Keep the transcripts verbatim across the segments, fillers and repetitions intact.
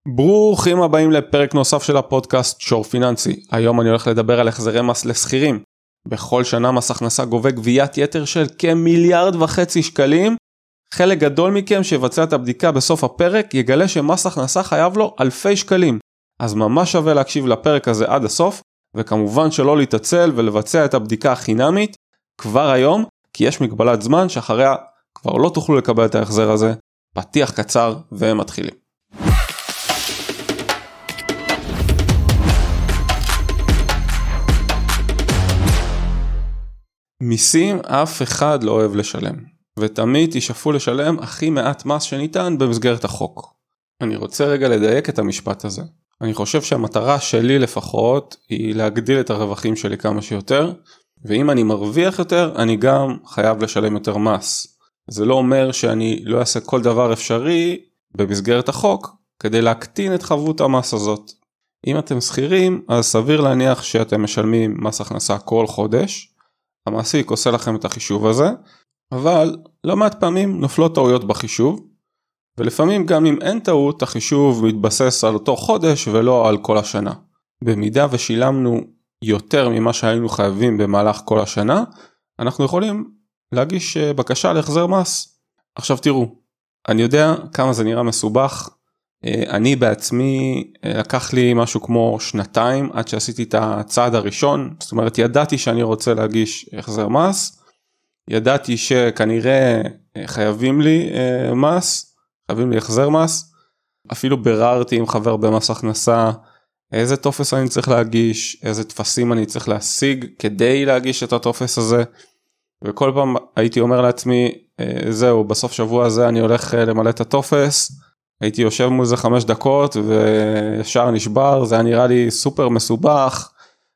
ברוכים הבאים לפרק נוסף של הפודקאסט שור פיננסי. היום אני הולך לדבר על החזרי מס לשכירים. בכל שנה מס הכנסה גובה גביית יתר של כמיליארד וחצי שקלים. חלק גדול מכם שיבצע את הבדיקה בסוף הפרק יגלה שמס הכנסה חייב לו אלפי שקלים. אז ממש שווה להקשיב לפרק הזה עד הסוף, וכמובן שלא להתעצל ולבצע את הבדיקה החינמית כבר היום, כי יש מגבלת זמן שאחריה כבר לא תוכלו לקבל את ההחזר הזה. פתיח קצר והם מתחילים. מיסים אף אחד לא אוהב לשלם, ותמיד תשאפו לשלם הכי מעט מס שניתן במסגרת החוק. אני רוצה רגע לדייק את המשפט הזה. אני חושב שהמטרה שלי לפחות היא להגדיל את הרווחים שלי כמה שיותר, ואם אני מרוויח יותר אני גם חייב לשלם יותר מס. זה לא אומר שאני לא אעשה כל דבר אפשרי במסגרת החוק כדי להקטין את חבות המס הזאת. אם אתם שכירים אז סביר להניח שאתם משלמים מס הכנסה כל חודש, המעסיק עושה לכם את החישוב הזה, אבל לא מעט פעמים נופלות טעויות בחישוב, ולפעמים גם אם אין טעות, החישוב מתבסס על אותו חודש ולא על כל השנה. במידה ושילמנו יותר ממה שהיינו חייבים במהלך כל השנה, אנחנו יכולים להגיש בקשה להחזר מס. עכשיו תראו, אני יודע כמה זה נראה מסובך, אני בעצמי לקח לי משהו כמו שנתיים עד שעשיתי את הצעד הראשון, זאת אומרת ידעתי שאני רוצה להגיש החזר מס, ידעתי שכנראה חייבים לי מס, חייבים לי החזר מס, אפילו ביררתי עם חבר במס הכנסה, איזה טופס אני צריך להגיש, איזה תפסים אני צריך להשיג כדי להגיש את הטופס הזה, וכל פעם הייתי אומר לעצמי, זהו, בסוף שבוע הזה אני הולך למלא את הטופס, הייתי יושב מול זה חמש דקות וישר נשבר, זה היה נראה לי סופר מסובך,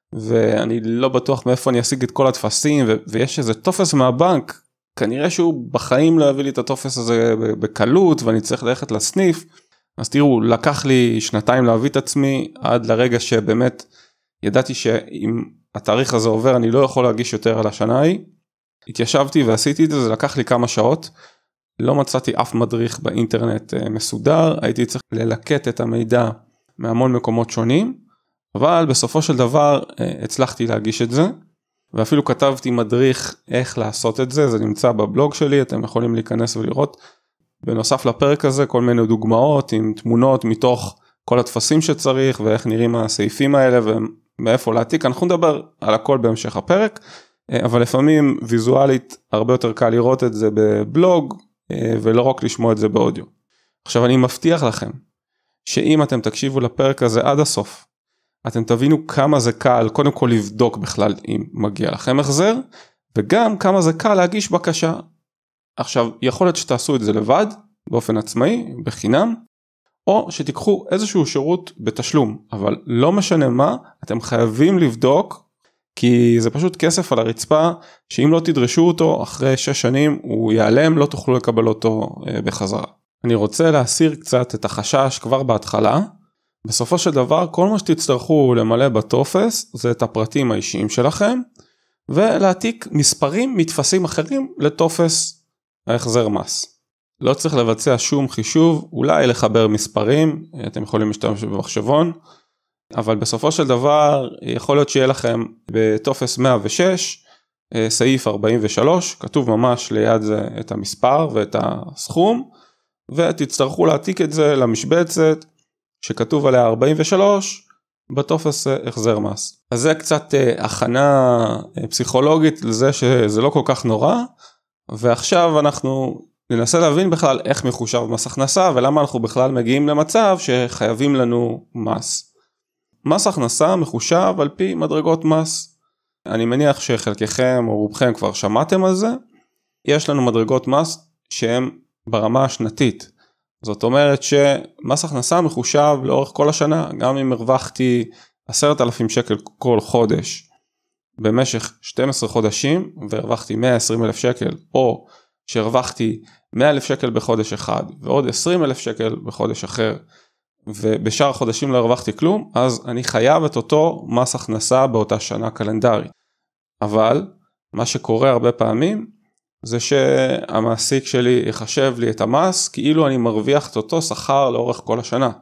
ואני לא בטוח מאיפה אני אשיג את כל התפסים, ו- ויש איזה טופס מהבנק, כנראה שהוא בחיים לא יביא לי את הטופס הזה בקלות, ואני צריך ללכת לסניף, אז תראו, לקח לי שנתיים להביא את עצמי, עד לרגע שבאמת ידעתי שאם התאריך הזה עובר, אני לא יכול להגיש יותר על השנה ההיא, התיישבתי ועשיתי את זה, זה לקח לי כמה שעות, לא מצאתי אף מדריך באינטרנט מסודר, הייתי צריך ללקט את המידע מהמון מקומות שונים, אבל בסופו של דבר הצלחתי להגיש את זה, ואפילו כתבתי מדריך איך לעשות את זה, זה נמצא בבלוג שלי, אתם יכולים להיכנס ולראות, בנוסף לפרק הזה כל מיני דוגמאות עם תמונות מתוך כל התפסים שצריך, ואיך נראים הסעיפים האלה ומאיפה להעתיק, אנחנו נדבר על הכל בהמשך הפרק, אבל לפעמים ויזואלית הרבה יותר קל לראות את זה בבלוג, ולא רק לשמוע את זה באודיו. עכשיו אני מבטיח לכם, שאם אתם תקשיבו לפרק הזה עד הסוף, אתם תבינו כמה זה קל, קודם כל לבדוק בכלל אם מגיע לכם החזר, וגם כמה זה קל להגיש בקשה. עכשיו, יכול להיות שתעשו את זה לבד, באופן עצמאי, בחינם, או שתיקחו איזשהו שירות בתשלום, אבל לא משנה מה, אתם חייבים לבדוק, כי זה פשוט כסף על הרצפה, שאם לא תדרשו אותו אחרי שש שנים, הוא ייעלם, לא תוכלו לקבל אותו בחזרה. אני רוצה להסיר קצת את החשש כבר בהתחלה, בסופו של דבר, כל מה שתצטרכו למלא בטופס, זה את הפרטים האישיים שלכם, ולהעתיק מספרים מתפסים אחרים לטופס ההחזר מס. לא צריך לבצע שום חישוב, אולי לחבר מספרים, אתם יכולים להשתמש במחשבון, אבל בסופו של דבר יכול להיות שיהיה לכם בטופס מאה ושש, סעיף ארבעים ושלוש, כתוב ממש ליד זה את המספר ואת הסכום, ותצטרכו להעתיק את זה למשבצת שכתוב עליה ארבעים ושלוש בטופס החזר מס. אז זה קצת הכנה פסיכולוגית לזה שזה לא כל כך נורא, ועכשיו אנחנו ננסה להבין בכלל איך מחושב מס הכנסה, ולמה אנחנו בכלל מגיעים למצב שחייבים לנו מס. מס הכנסה מחושב על פי מדרגות מס. אני מניח שחלקכם או רובכם כבר שמעתם על זה. יש לנו מדרגות מס שהן ברמה השנתית. זאת אומרת שמס הכנסה מחושב לאורך כל השנה, גם אם הרווחתי עשרת אלפים שקל כל חודש במשך שנים עשר חודשים, והרווחתי מאה ועשרים אלף שקל, או שהרווחתי מאה אלף שקל בחודש אחד, ועוד עשרים אלף שקל בחודש אחר, ובשאר החודשים לא הרווחתי כלום, אז אני חייב את אותו מס הכנסה באותה שנה קלנדרית. אבל מה שקורה הרבה פעמים, זה שהמעסיק שלי יחשב לי את המס, כאילו אני מרוויח את אותו שכר לאורך כל השנה.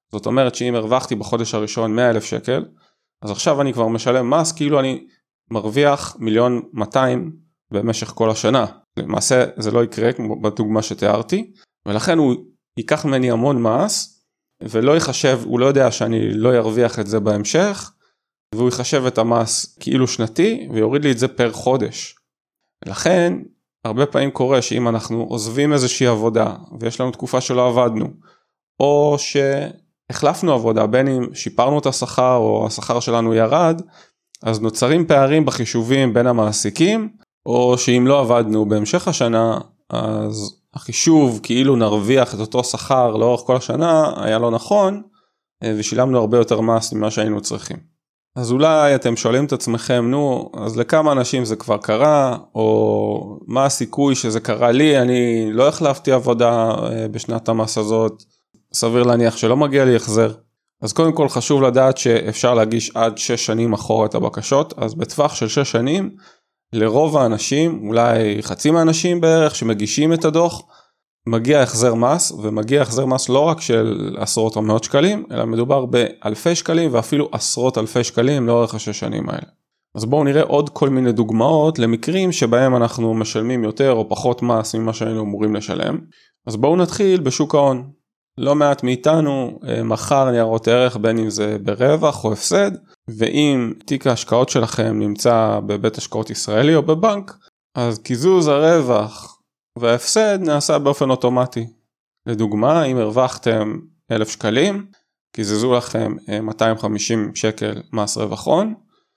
זאת אומרת שאם הרווחתי בחודש הראשון מאה אלף שקל, אז עכשיו אני כבר משלם מס כאילו אני מרוויח מיליון מאתיים במשך כל השנה. למעשה זה לא יקרה כמו בדוגמה שתיארתי, ולכן הוא ייקח ממני המון מס, ולא יחשב, הוא לא יודע שאני לא ירוויח את זה בהמשך, והוא יחשב את המס כאילו שנתי, ויוריד לי את זה פר חודש. לכן, הרבה פעמים קורה שאם אנחנו עוזבים איזושהי עבודה, ויש לנו תקופה שלא עבדנו, או שהחלפנו עבודה, בין אם שיפרנו את השכר, או השכר שלנו ירד, אז נוצרים פערים בחישובים בין המעסיקים, או שאם לא עבדנו בהמשך השנה, אז החישוב כאילו נרוויח את אותו שכר לאורך כל השנה, היה לא נכון, ושילמנו הרבה יותר מס ממה שהיינו צריכים. אז אולי אתם שואלים את עצמכם, נו, אז לכמה אנשים זה כבר קרה, או מה הסיכוי שזה קרה לי, אני לא החלפתי עבודה בשנת המס הזאת, סביר להניח שלא מגיע לי החזר. אז קודם כל חשוב לדעת שאפשר להגיש עד שש שנים אחורה את הבקשות, אז בטווח של שש שנים, לרוב האנשים, אולי חצי מהאנשים בערך שמגישים את הדוח, מגיע החזר מס, ומגיע החזר מס לא רק של עשרות או מאות שקלים, אלא מדובר באלפי שקלים ואפילו עשרות אלפי שקלים לאורך השש שנים האלה. אז בואו נראה עוד כל מיני דוגמאות למקרים שבהם אנחנו משלמים יותר או פחות מס ממה שהיינו אמורים לשלם. אז בואו נתחיל בשוק ההון. לא מעט מאיתנו מחר ניירות ערך בין אם זה ברווח או הפסד, ואם תיק ההשקעות שלכם נמצא בבית השקעות ישראלי או בבנק, אז קיזוז הרווח וההפסד נעשה באופן אוטומטי. לדוגמה, אם הרווחתם אלף שקלים, קיזזו לכם מאתיים וחמישים שקל מס רווח הון,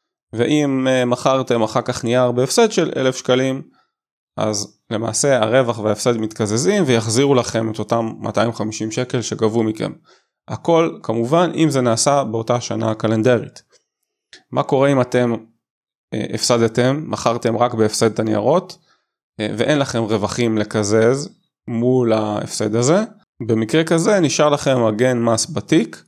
ואם מכרתם אחר כך נייר בהפסד של אלף שקלים, אז למעשה הרווח וההפסד מתקזזים ויחזירו לכם את אותם מאתיים וחמישים שקל שגבו מכם. הכל כמובן אם זה נעשה באותה שנה הקלנדרית. מה קורה אם אתם הפסדתם, מכרתם רק בהפסד את הניירות, ואין לכם רווחים לקזז מול ההפסד הזה? במקרה כזה נשאר לכם מגן מס בתיק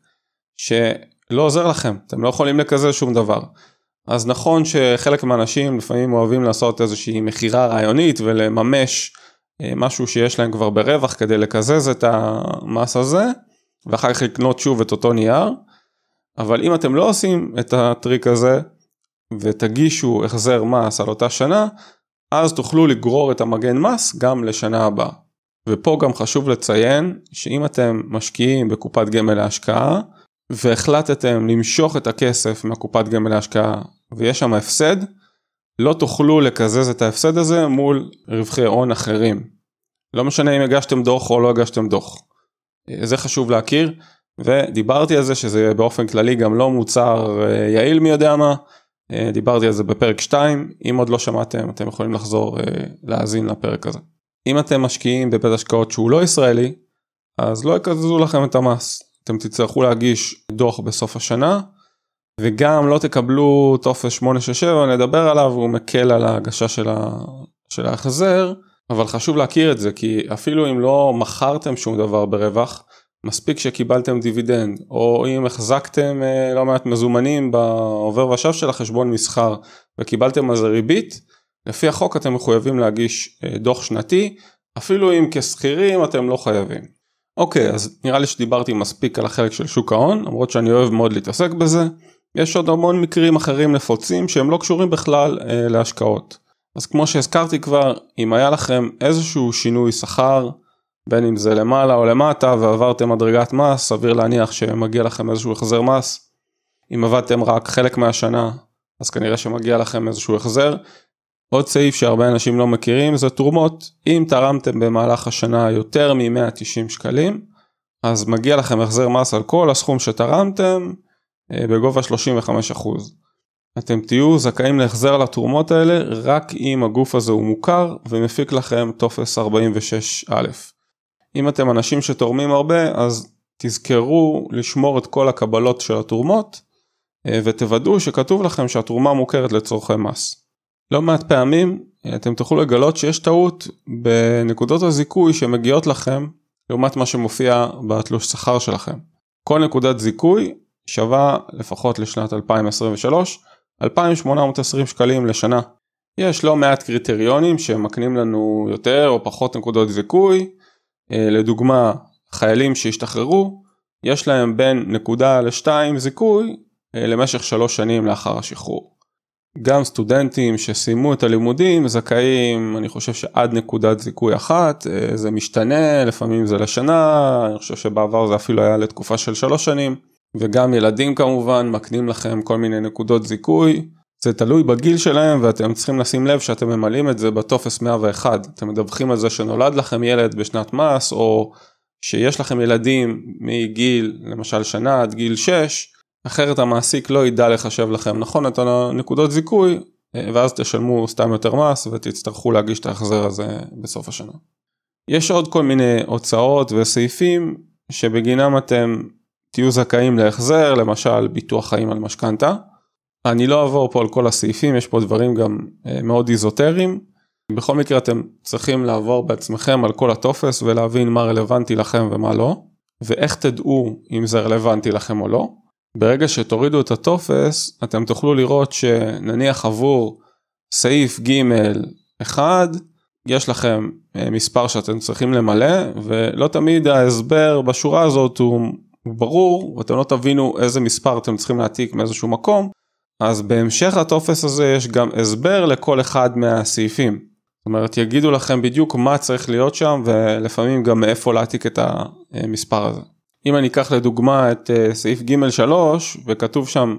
שלא עוזר לכם, אתם לא יכולים לקזז שום דבר. אז נכון שחלק מהאנשים לפעמים אוהבים לעשות איזושהי מחירה רעיונית ולממש משהו שיש להם כבר ברווח כדי לקזז את המס הזה, ואחר כך לקנות שוב את אותו נייר, אבל אם אתם לא עושים את הטריק הזה, ותגישו החזר מס על אותה שנה, אז תוכלו לגרור את המגן מס גם לשנה הבאה. ופה גם חשוב לציין שאם אתם משקיעים בקופת גמל להשקעה, והחלטתם למשוך את הכסף מהקופת גמל להשקעה, ויש שם הפסד, לא תוכלו לקזז את ההפסד הזה מול רווחי הון אחרים. לא משנה אם הגשתם דוח או לא הגשתם דוח. זה חשוב להכיר, ודיברתי על זה שזה באופן כללי גם לא מוצר יעיל מי יודע מה, דיברתי על זה בפרק שתיים, אם עוד לא שמעתם אתם יכולים לחזור להאזין לפרק הזה. אם אתם משקיעים בבית השקעות שהוא לא ישראלי, אז לא יקזזו לכם את המס. אתם תצטרכו להגיש דוח בסוף השנה, וגם לא תקבלו טופס שמונה שש שבע, נדבר עליו, הוא מקל על ההגשה של, ה... של ההחזר, אבל חשוב להכיר את זה, כי אפילו אם לא מכרתם שום דבר ברווח, מספיק שקיבלתם דיבידנד, או אם החזקתם לא מעט מזומנים בעובר ושב של החשבון מסחר, וקיבלתם על זה ריבית, לפי החוק אתם מחויבים להגיש דוח שנתי, אפילו אם כסחירים אתם לא חייבים. אוקיי, אז נראה לי שדיברתי מספיק על החלק של שוק ההון, למרות שאני אוהב מאוד להתעסק בזה. יש עוד המון מקרים אחרים נפוצים שהם לא קשורים בכלל אה, להשקעות. אז כמו שהזכרתי כבר, אם היה לכם איזשהו שינוי שכר, בין אם זה למעלה או למטה, ועברתם מדרגת מס, סביר להניח שמגיע לכם איזשהו החזר מס. אם עבדתם רק חלק מהשנה, אז כנראה שמגיע לכם איזשהו החזר. עוד סעיף שהרבה אנשים לא מכירים זה תרומות. אם תרמתם במהלך השנה יותר מ-מאה ותשעים שקלים, אז מגיע לכם החזר מס על כל הסכום שתרמתם בגובה שלושים וחמישה אחוז. אתם תהיו זכאים להחזר על התרומות האלה רק אם הגוף הזה הוא מוכר ומפיק לכם טופס ארבעים ושש א'. אם אתם אנשים שתורמים הרבה, אז תזכרו לשמור את כל הקבלות של התרומות ותוודאו שכתוב לכם שהתרומה מוכרת לצורכי מס. לא מעט פעמים אתם תוכלו לגלות שיש טעות בנקודות הזיכוי שמגיעות לכם לעומת מה שמופיע בתלוש שכר שלכם. כל נקודת זיכוי שווה לפחות לשנת אלפיים עשרים ושלוש, אלפיים שמונה מאות ועשרים שקלים לשנה. יש לא מעט קריטריונים שמקנים לנו יותר או פחות נקודות זיכוי, לדוגמה חיילים שהשתחררו, יש להם בין נקודה לשתיים זיכוי למשך שלוש שנים לאחר השחרור. גם סטודנטים שסיימו את הלימודים זכאים, אני חושב שעד נקודת זיכוי אחת, זה משתנה, לפעמים זה לשנה, אני חושב שבעבר זה אפילו היה לתקופה של שלוש שנים, וגם ילדים כמובן מקנים לכם כל מיני נקודות זיכוי, זה תלוי בגיל שלהם ואתם צריכים לשים לב שאתם ממלאים את זה בטופס מאה ואחת, אתם מדווחים על זה שנולד לכם ילד בשנת מס, או שיש לכם ילדים מגיל למשל שנה עד גיל שש, אחרת המעסיק לא ידע לחשב לכם נכון את הנקודות זיכוי, ואז תשלמו סתם יותר מס ותצטרכו להגיש את ההחזר הזה בסוף השנה. יש עוד כל מיני הוצאות וסעיפים שבגינם אתם תהיו זכאים להחזר, למשל ביטוח חיים על משכנתה. אני לא אעבור פה על כל הסעיפים, יש פה דברים גם מאוד איזוטריים. בכל מקרה אתם צריכים לעבור בעצמכם על כל הטופס ולהבין מה רלוונטי לכם ומה לא, ואיך תדעו אם זה רלוונטי לכם או לא. ברגע שתורידו את הטופס, אתם תוכלו לראות שנניח עבור סעיף ג' אחד, יש לכם מספר שאתם צריכים למלא, ולא תמיד ההסבר בשורה הזאת הוא ברור, ואתם לא תבינו איזה מספר אתם צריכים להעתיק מאיזשהו מקום, אז בהמשך הטופס הזה יש גם הסבר לכל אחד מהסעיפים. זאת אומרת, יגידו לכם בדיוק מה צריך להיות שם, ולפעמים גם מאיפה להעתיק את המספר הזה. אם אני אקח לדוגמה את סעיף ג' שלוש, וכתוב שם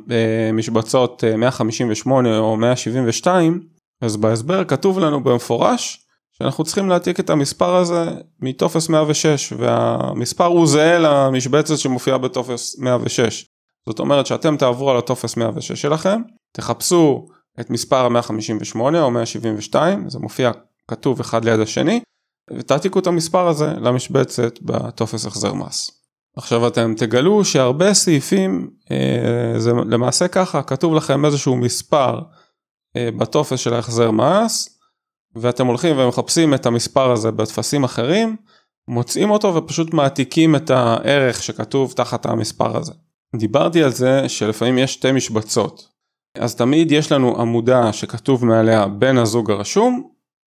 משבצות מאה חמישים ושמונה או מאה שבעים ושתיים, אז בהסבר כתוב לנו במפורש, שאנחנו צריכים להעתיק את המספר הזה מטופס מאה ושש, והמספר הוא זהה למשבצת שמופיעה בטופס מאה ושש. זאת אומרת שאתם תעברו על הטופס מאה ושש שלכם, תחפשו את מספר מאה חמישים ושמונה או מאה שבעים ושתיים, זה מופיע כתוב אחד ליד השני, ותעתיקו את המספר הזה למשבצת בטופס החזר מס. עכשיו אתם תגלו שהרבה סעיפים, זה למעשה ככה, כתוב לכם איזשהו מספר בטופס של החזר מס, ואתם הולכים ומחפשים את המספר הזה בטפסים אחרים, מוצאים אותו ופשוט מעתיקים את הערך שכתוב תחת המספר הזה. דיברתי על זה שלפעמים יש שתי משבצות, אז תמיד יש לנו עמודה שכתוב מעליה בן הזוג הרשום,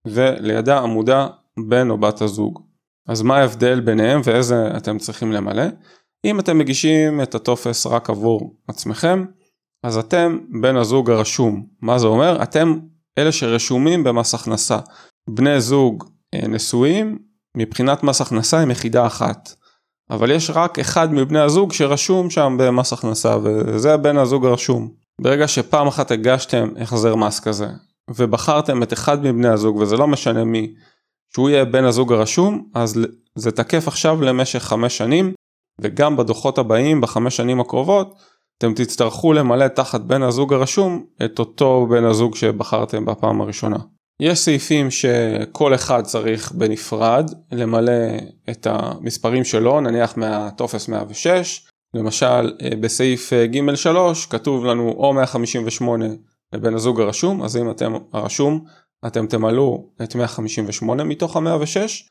ולידה עמודה בן או בת הזוג. אז מה ההבדל ביניהם ואיזה אתם צריכים למלא? אם אתם מגישים את הטופס רק עבור עצמכם, אז אתם בן הזוג הרשום. מה זה אומר? אתם אלה שרשומים במס הכנסה. בני זוג נשואים, מבחינת מס הכנסה הם יחידה אחת. אבל יש רק אחד מבני הזוג שרשום שם במס הכנסה, וזה בן הזוג הרשום. ברגע שפעם אחת הגשתם החזר מס כזה, ובחרתם את אחד מבני הזוג, וזה לא משנה מי, שהוא יהיה בן הזוג הרשום, אז זה תקף עכשיו למשך חמש שנים, וגם בדוחות הבאים, בחמש שנים הקרובות, אתם תצטרכו למלא תחת בן הזוג הרשום, את אותו בן הזוג שבחרתם בפעם הראשונה. יש סעיפים שכל אחד צריך בנפרד, למלא את המספרים שלו, נניח מהטופס מאה ושש, למשל בסעיף ג' שלוש, כתוב לנו או מאה חמישים ושמונה לבן הזוג הרשום, אז אם אתם הרשום, אתם תמלאו את מאה חמישים ושמונה מתוך ה-מאה ושש,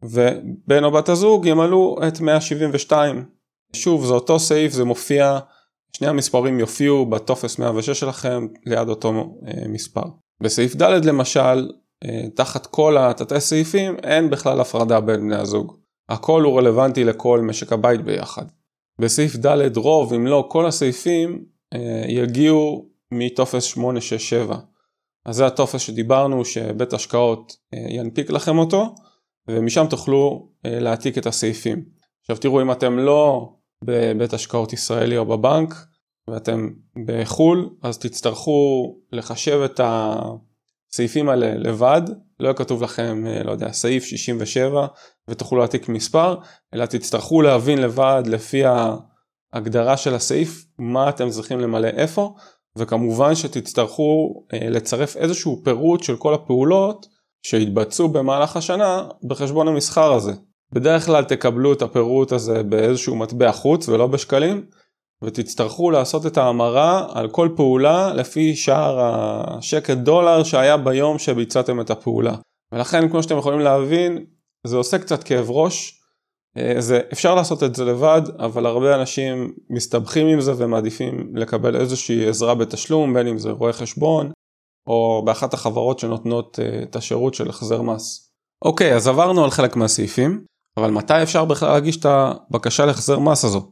ובן או בת הזוג ימלאו את מאה שבעים ושתיים. שוב, זה אותו סעיף, זה מופיע, שני המספרים יופיעו בטופס מאה ושש שלכם ליד אותו מספר. בסעיף ד' למשל, תחת כל התתי סעיפים, אין בכלל הפרדה בין בני הזוג. הכל הוא רלוונטי לכל משק הבית ביחד. בסעיף ד' רוב, אם לא כל הסעיפים, יגיעו מטופס שמונה שש שבע. אז זה הטופס שדיברנו שבית השקעות ינפיק לכם אותו, ומשם תוכלו להעתיק את הסעיפים. עכשיו תראו, אם אתם לא בבית השקעות ישראלי או בבנק, ואתם בחול, אז תצטרכו לחשב את הסעיפים האלה לבד, לא כתוב לכם, לא יודע, סעיף שישים ושבע, ותוכלו להעתיק מספר, אלא תצטרכו להבין לבד לפי ההגדרה של הסעיף, מה אתם צריכים למלא איפה, וכמובן שתצטרכו לצרף איזשהו פירוט של כל הפעולות שהתבצעו במהלך השנה בחשבון המסחר הזה. בדרך כלל תקבלו את הפירוט הזה באיזשהו מטבע חוץ ולא בשקלים, ותצטרכו לעשות את ההמרה על כל פעולה לפי שער השקל דולר שהיה ביום שביצעתם את הפעולה. ולכן כמו שאתם יכולים להבין, זה עושה קצת כאב ראש, זה, אפשר לעשות את זה לבד, אבל הרבה אנשים מסתבכים עם זה ומעדיפים לקבל איזושהי עזרה בתשלום, בין אם זה רואה חשבון, או באחת החברות שנותנות את השירות של החזר מס. אוקיי, אז עברנו על חלק מהסעיפים, אבל מתי אפשר בכלל להגיש את הבקשה להחזר מס הזו?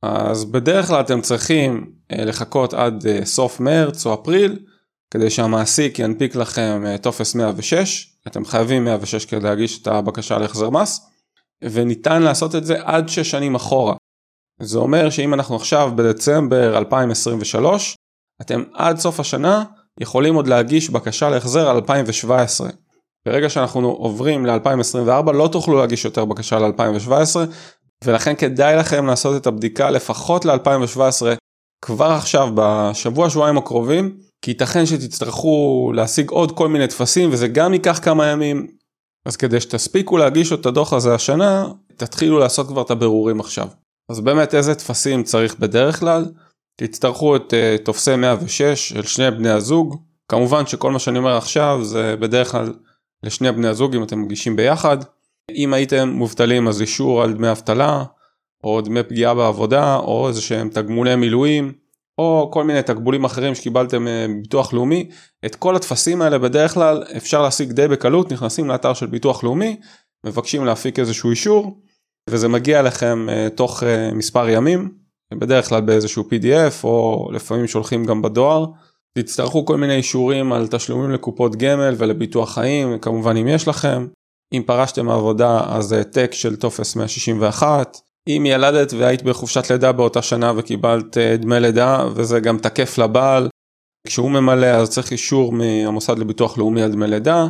אז בדרך כלל אתם צריכים לחכות עד סוף מרץ או אפריל, כדי שהמעסיק ינפיק לכם טופס מאה ושש, אתם חייבים מאה ושש כדי להגיש את הבקשה להחזר מס, וניתן לעשות את זה עד שש שנים אחורה. זה אומר שאם אנחנו עכשיו בדצמבר אלפיים עשרים ושלוש, אתם עד סוף השנה יכולים עוד להגיש בקשה להחזר על אלפיים שבע עשרה. ברגע שאנחנו עוברים ל-אלפיים עשרים וארבע לא תוכלו להגיש יותר בקשה ל-אלפיים שבע עשרה, ולכן כדאי לכם לעשות את הבדיקה לפחות ל-אלפיים שבע עשרה כבר עכשיו בשבוע שבועיים הקרובים, כי ייתכן שתצטרכו להשיג עוד כל מיני תפסים וזה גם ייקח כמה ימים, אז כדי שתספיקו להגיש את הדוח הזה השנה, תתחילו לעשות כבר את הבירורים עכשיו. אז באמת איזה תפסים צריך בדרך כלל? תצטרכו את uh, תופסי מאה ושש של שני בני הזוג, כמובן שכל מה שאני אומר עכשיו זה בדרך כלל לשני בני הזוג אם אתם מגישים ביחד. אם הייתם מובטלים אז אישור על דמי אבטלה, או דמי פגיעה בעבודה, או איזה שהם תגמולי מילואים, או כל מיני תגמולים אחרים שקיבלתם בביטוח לאומי. את כל התפסים האלה בדרך כלל אפשר להשיג די בקלות, נכנסים לאתר של ביטוח לאומי, מבקשים להפיק איזשהו אישור, וזה מגיע לכם תוך מספר ימים, בדרך כלל באיזשהו פי די אף, או לפעמים שולחים גם בדואר. תצטרכו כל מיני אישורים על תשלומים לקופות גמל ולביטוח חיים, כמובן אם יש לכם. אם פרשתם מעבודה אז טק של טופס מאה שישים ואחת. אם ילדת והיית בחופשת לידה באותה שנה וקיבלת דמי לידה, וזה גם תקף לבעל, כשהוא ממלא אז צריך אישור מהמוסד לביטוח לאומי על דמי לידה.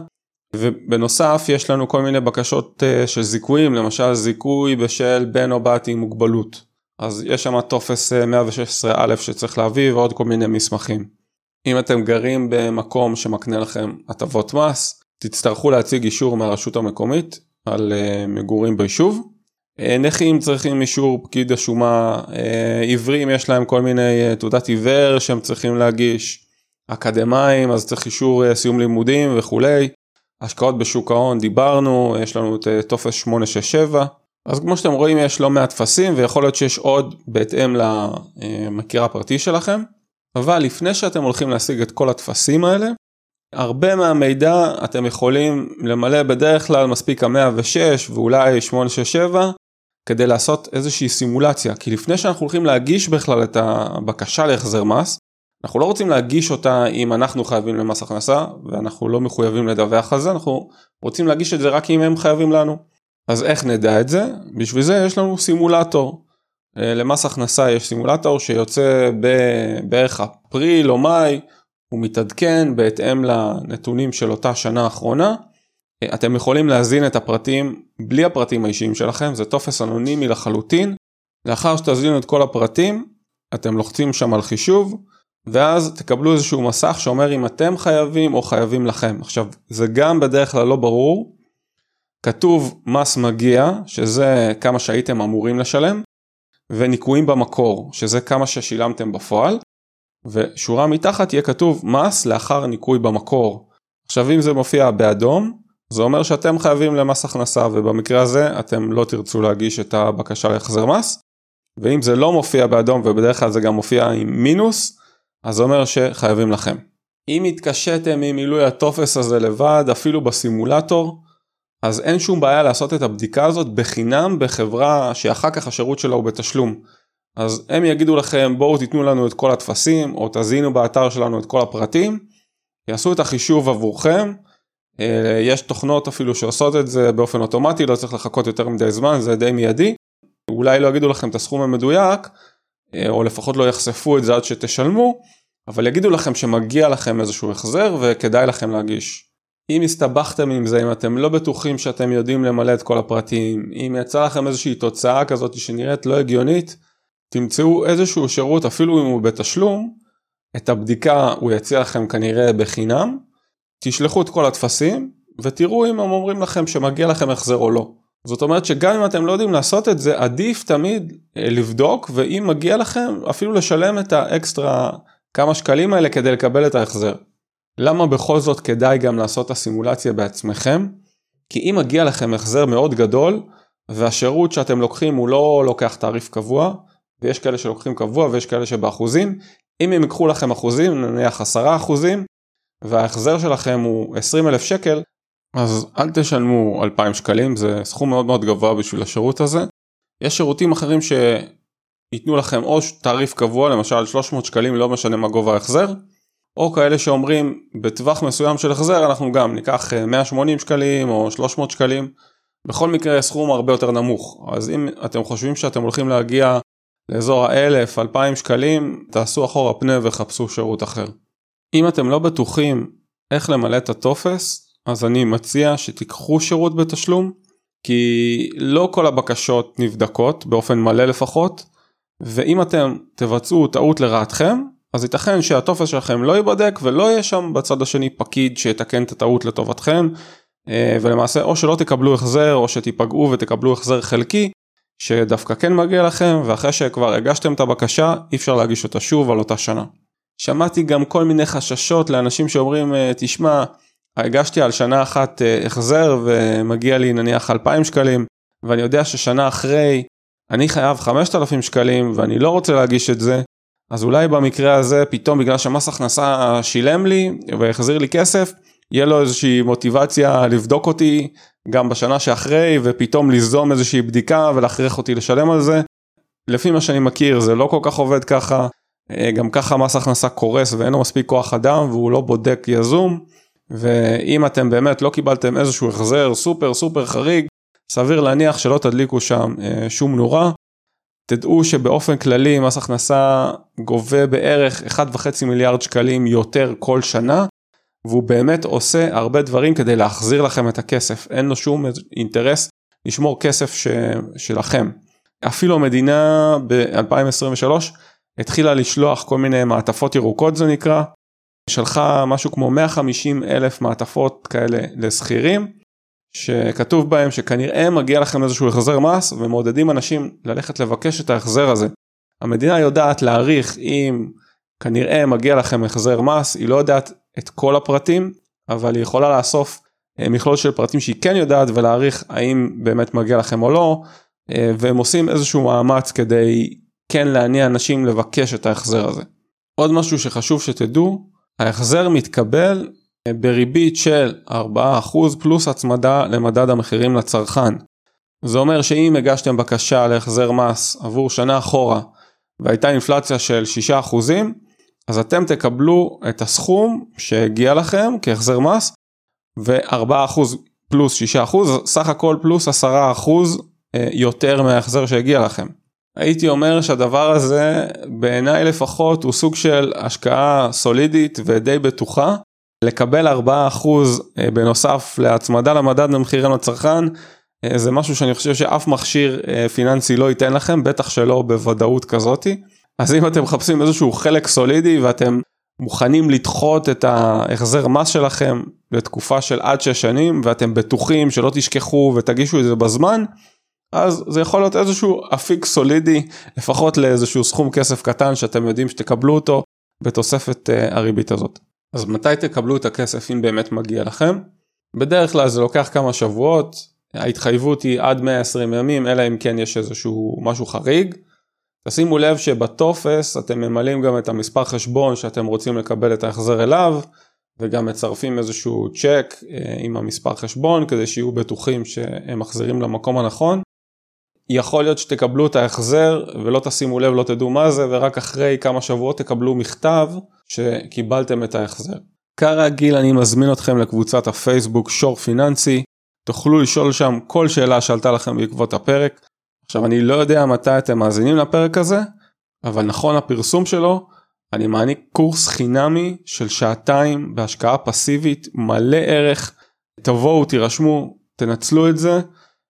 ובנוסף יש לנו כל מיני בקשות של זיכויים, למשל זיכוי בשל בן או בת עם מוגבלות. אז יש שם טופס מאה ושש עשרה א' שצריך להביא ועוד כל מיני מסמכים. אם אתם גרים במקום שמקנה לכם הטבות מס, תצטרכו להציג אישור מהרשות המקומית על מגורים ביישוב. נכים צריכים אישור פקיד השומה, עיוורים יש להם כל מיני תעודת עיוור שהם צריכים להגיש, אקדמיים אז צריך אישור סיום לימודים וכולי. השקעות בשוק ההון דיברנו, יש לנו את טופס שמונה שש שבע. אז כמו שאתם רואים יש לא מעט תפסים ויכול להיות שיש עוד בהתאם למכיר הפרטי שלכם. אבל לפני שאתם הולכים להשיג את כל התפסים האלה, הרבה מהמידע אתם יכולים למלא בדרך כלל מספיק ה-מאה ושש ואולי שמונה שש שבע כדי לעשות איזושהי סימולציה. כי לפני שאנחנו הולכים להגיש בכלל את הבקשה להחזר מס, אנחנו לא רוצים להגיש אותה אם אנחנו חייבים למס הכנסה ואנחנו לא מחויבים לדווח על זה, אנחנו רוצים להגיש את זה רק אם הם חייבים לנו. אז איך נדע את זה? בשביל זה יש לנו סימולטור. למס הכנסה יש סימולטור שיוצא בערך אפריל או מאי, הוא מתעדכן בהתאם לנתונים של אותה שנה האחרונה. אתם יכולים להזין את הפרטים בלי הפרטים האישיים שלכם, זה טופס אנונימי לחלוטין. לאחר שתזינו את כל הפרטים, אתם לוחצים שם על חישוב, ואז תקבלו איזשהו מסך שאומר אם אתם חייבים או חייבים לכם. עכשיו, זה גם בדרך כלל לא ברור, כתוב מס מגיע, שזה כמה שהייתם אמורים לשלם, וניקויים במקור, שזה כמה ששילמתם בפועל, ושורה מתחת יהיה כתוב מס לאחר ניקוי במקור. עכשיו אם זה מופיע באדום, זה אומר שאתם חייבים למס הכנסה, ובמקרה הזה אתם לא תרצו להגיש את הבקשה להחזר מס, ואם זה לא מופיע באדום, ובדרך כלל זה גם מופיע עם מינוס, אז זה אומר שחייבים לכם. אם התקשיתם עם מילוי הטופס הזה לבד, אפילו בסימולטור, אז אין שום בעיה לעשות את הבדיקה הזאת בחינם בחברה שאחר כך השירות שלה הוא בתשלום. אז הם יגידו לכם בואו תיתנו לנו את כל התפסים או תזינו באתר שלנו את כל הפרטים, יעשו את החישוב עבורכם, יש תוכנות אפילו שעושות את זה באופן אוטומטי, לא צריך לחכות יותר מדי זמן, זה די מיידי, אולי לא יגידו לכם את הסכום המדויק, או לפחות לא יחשפו את זה עד שתשלמו, אבל יגידו לכם שמגיע לכם איזשהו החזר וכדאי לכם להגיש. אם הסתבכתם עם זה, אם אתם לא בטוחים שאתם יודעים למלא את כל הפרטים, אם יצא לכם איזושהי תוצאה כזאת שנראית לא הגיונית, תמצאו איזשהו שירות, אפילו אם הוא בתשלום, את הבדיקה הוא יציע לכם כנראה בחינם, תשלחו את כל התפסים, ותראו אם הם אומרים לכם שמגיע לכם החזר או לא. זאת אומרת שגם אם אתם לא יודעים לעשות את זה, עדיף תמיד לבדוק, ואם מגיע לכם, אפילו לשלם את האקסטרה כמה שקלים האלה כדי לקבל את ההחזר. למה בכל זאת כדאי גם לעשות את הסימולציה בעצמכם? כי אם מגיע לכם החזר מאוד גדול, והשירות שאתם לוקחים הוא לא לוקח תעריף קבוע, ויש כאלה שלוקחים קבוע ויש כאלה שבאחוזים, אם הם יקחו לכם אחוזים, נניח עשרה אחוזים, וההחזר שלכם הוא עשרים אלף שקל, אז אל תשלמו אלפיים שקלים, זה סכום מאוד מאוד גבוה בשביל השירות הזה. יש שירותים אחרים ייתנו לכם או תעריף קבוע, למשל שלוש מאות שקלים, לא משנה מה גובה ההחזר, או כאלה שאומרים בטווח מסוים של החזר אנחנו גם ניקח מאה ושמונים שקלים או שלוש מאות שקלים, בכל מקרה סכום הרבה יותר נמוך. אז אם אתם חושבים שאתם הולכים להגיע לאזור ה-אלף, אלפיים שקלים, תעשו אחורה פנה וחפשו שירות אחר. אם אתם לא בטוחים איך למלא את הטופס, אז אני מציע שתיקחו שירות בתשלום, כי לא כל הבקשות נבדקות באופן מלא לפחות, ואם אתם תבצעו טעות לרעתכם, אז ייתכן שהטופס שלכם לא ייבדק ולא יהיה שם בצד השני פקיד שיתקן את הטעות לטובתכם, ולמעשה או שלא תקבלו החזר או שתיפגעו ותקבלו החזר חלקי, שדווקא כן מגיע לכם, ואחרי שכבר הגשתם את הבקשה, אי אפשר להגיש אותה שוב על אותה שנה. שמעתי גם כל מיני חששות לאנשים שאומרים, תשמע, הגשתי על שנה אחת החזר ומגיע לי נניח אלפיים שקלים, ואני יודע ששנה אחרי אני חייב חמשת אלפים שקלים ואני לא רוצה להגיש את זה, אז אולי במקרה הזה פתאום בגלל שמס הכנסה שילם לי והחזיר לי כסף, יהיה לו איזושהי מוטיבציה לבדוק אותי גם בשנה שאחרי, ופתאום ליזום איזושהי בדיקה ולהכריח אותי לשלם על זה. לפי מה שאני מכיר זה לא כל כך עובד ככה, גם ככה מס הכנסה קורס ואין לו מספיק כוח אדם והוא לא בודק יזום, ואם אתם באמת לא קיבלתם איזשהו החזר סופר סופר חריג, סביר להניח שלא תדליקו שם שום נורה. תדעו שבאופן כללי מס הכנסה גובה בערך אחד וחצי מיליארד שקלים יותר כל שנה, והוא באמת עושה הרבה דברים כדי להחזיר לכם את הכסף. אין לו שום אינטרס לשמור כסף ש... שלכם. אפילו המדינה ב-אלפיים עשרים ושלוש התחילה לשלוח כל מיני מעטפות ירוקות זה נקרא, שלחה משהו כמו מאה וחמישים אלף מעטפות כאלה לסחירים, שכתוב בהם שכנראה מגיע לכם איזשהו החזר מס, ומעודדים אנשים ללכת לבקש את ההחזר הזה. המדינה יודעת להעריך אם כנראה מגיע לכם החזר מס, היא לא יודעת את כל הפרטים, אבל היא יכולה לאסוף מכלול של פרטים שהיא כן יודעת, ולהעריך האם באמת מגיע לכם או לא, והם עושים איזשהו מאמץ כדי כן להניע אנשים לבקש את ההחזר הזה. עוד משהו שחשוב שתדעו, ההחזר מתקבל בריבית של ארבעה אחוז פלוס הצמדה למדד המחירים לצרכן. זה אומר שאם הגשתם בקשה להחזר מס עבור שנה אחורה, והייתה אינפלציה של שישה אחוזים, אז אתם תקבלו את הסכום שהגיע לכם כהחזר מס, ו-ארבעה אחוז פלוס שישה אחוז, סך הכל פלוס עשרה אחוז יותר מההחזר שהגיע לכם. הייתי אומר שהדבר הזה, בעיניי לפחות, הוא סוג של השקעה סולידית ודי בטוחה, לקבל ארבעה אחוז בנוסף להצמדה למדד למחירים לצרכן, זה משהו שאני חושב שאף מכשיר פיננסי לא ייתן לכם, בטח שלא בוודאות כזאת. אז אם אתם מחפשים איזשהו חלק סולידי, ואתם מוכנים לדחות את ההחזר מס שלכם לתקופה של עד שש שנים, ואתם בטוחים שלא תשכחו ותגישו את זה בזמן, אז זה יכול להיות איזשהו אפיק סולידי, לפחות לאיזשהו סכום כסף קטן, שאתם יודעים שתקבלו אותו בתוספת הריבית הזאת. אז מתי תקבלו את הכסף אם באמת מגיע לכם? בדרך כלל זה לוקח כמה שבועות, ההתחייבות היא עד מאה ועשרים ימים, אלא אם כן יש איזשהו משהו חריג. תשימו לב שבטופס אתם ממלאים גם את המספר חשבון שאתם רוצים לקבל את ההחזר אליו, וגם מצרפים איזשהו צ'ק עם המספר חשבון, כדי שיהיו בטוחים שהם מחזירים למקום הנכון. יכול להיות שתקבלו את ההחזר ולא תשימו לב, לא תדעו מה זה, ורק אחרי כמה שבועות תקבלו מכתב שקיבלתם את ההחזר. כרגיל אני מזמין אתכם לקבוצת הפייסבוק שור פיננסי, תוכלו לשאול שם כל שאלה שעלתה לכם בעקבות הפרק. עכשיו אני לא יודע מתי אתם מאזינים לפרק הזה, אבל נכון הפרסום שלו, אני מעניק קורס חינמי של שעתיים בהשקעה פסיבית מלא ערך, תבואו, תירשמו, תנצלו את זה,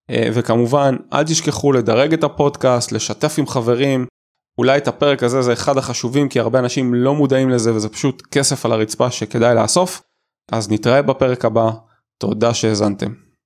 וכמובן אל תשכחו לדרג את הפודקאסט, לשתף עם חברים, אולי את הפרק הזה זה אחד החשובים, כי הרבה אנשים לא מודעים לזה, וזה פשוט כסף על הרצפה שכדאי לאסוף. אז נתראה בפרק הבא, תודה שהזנתם.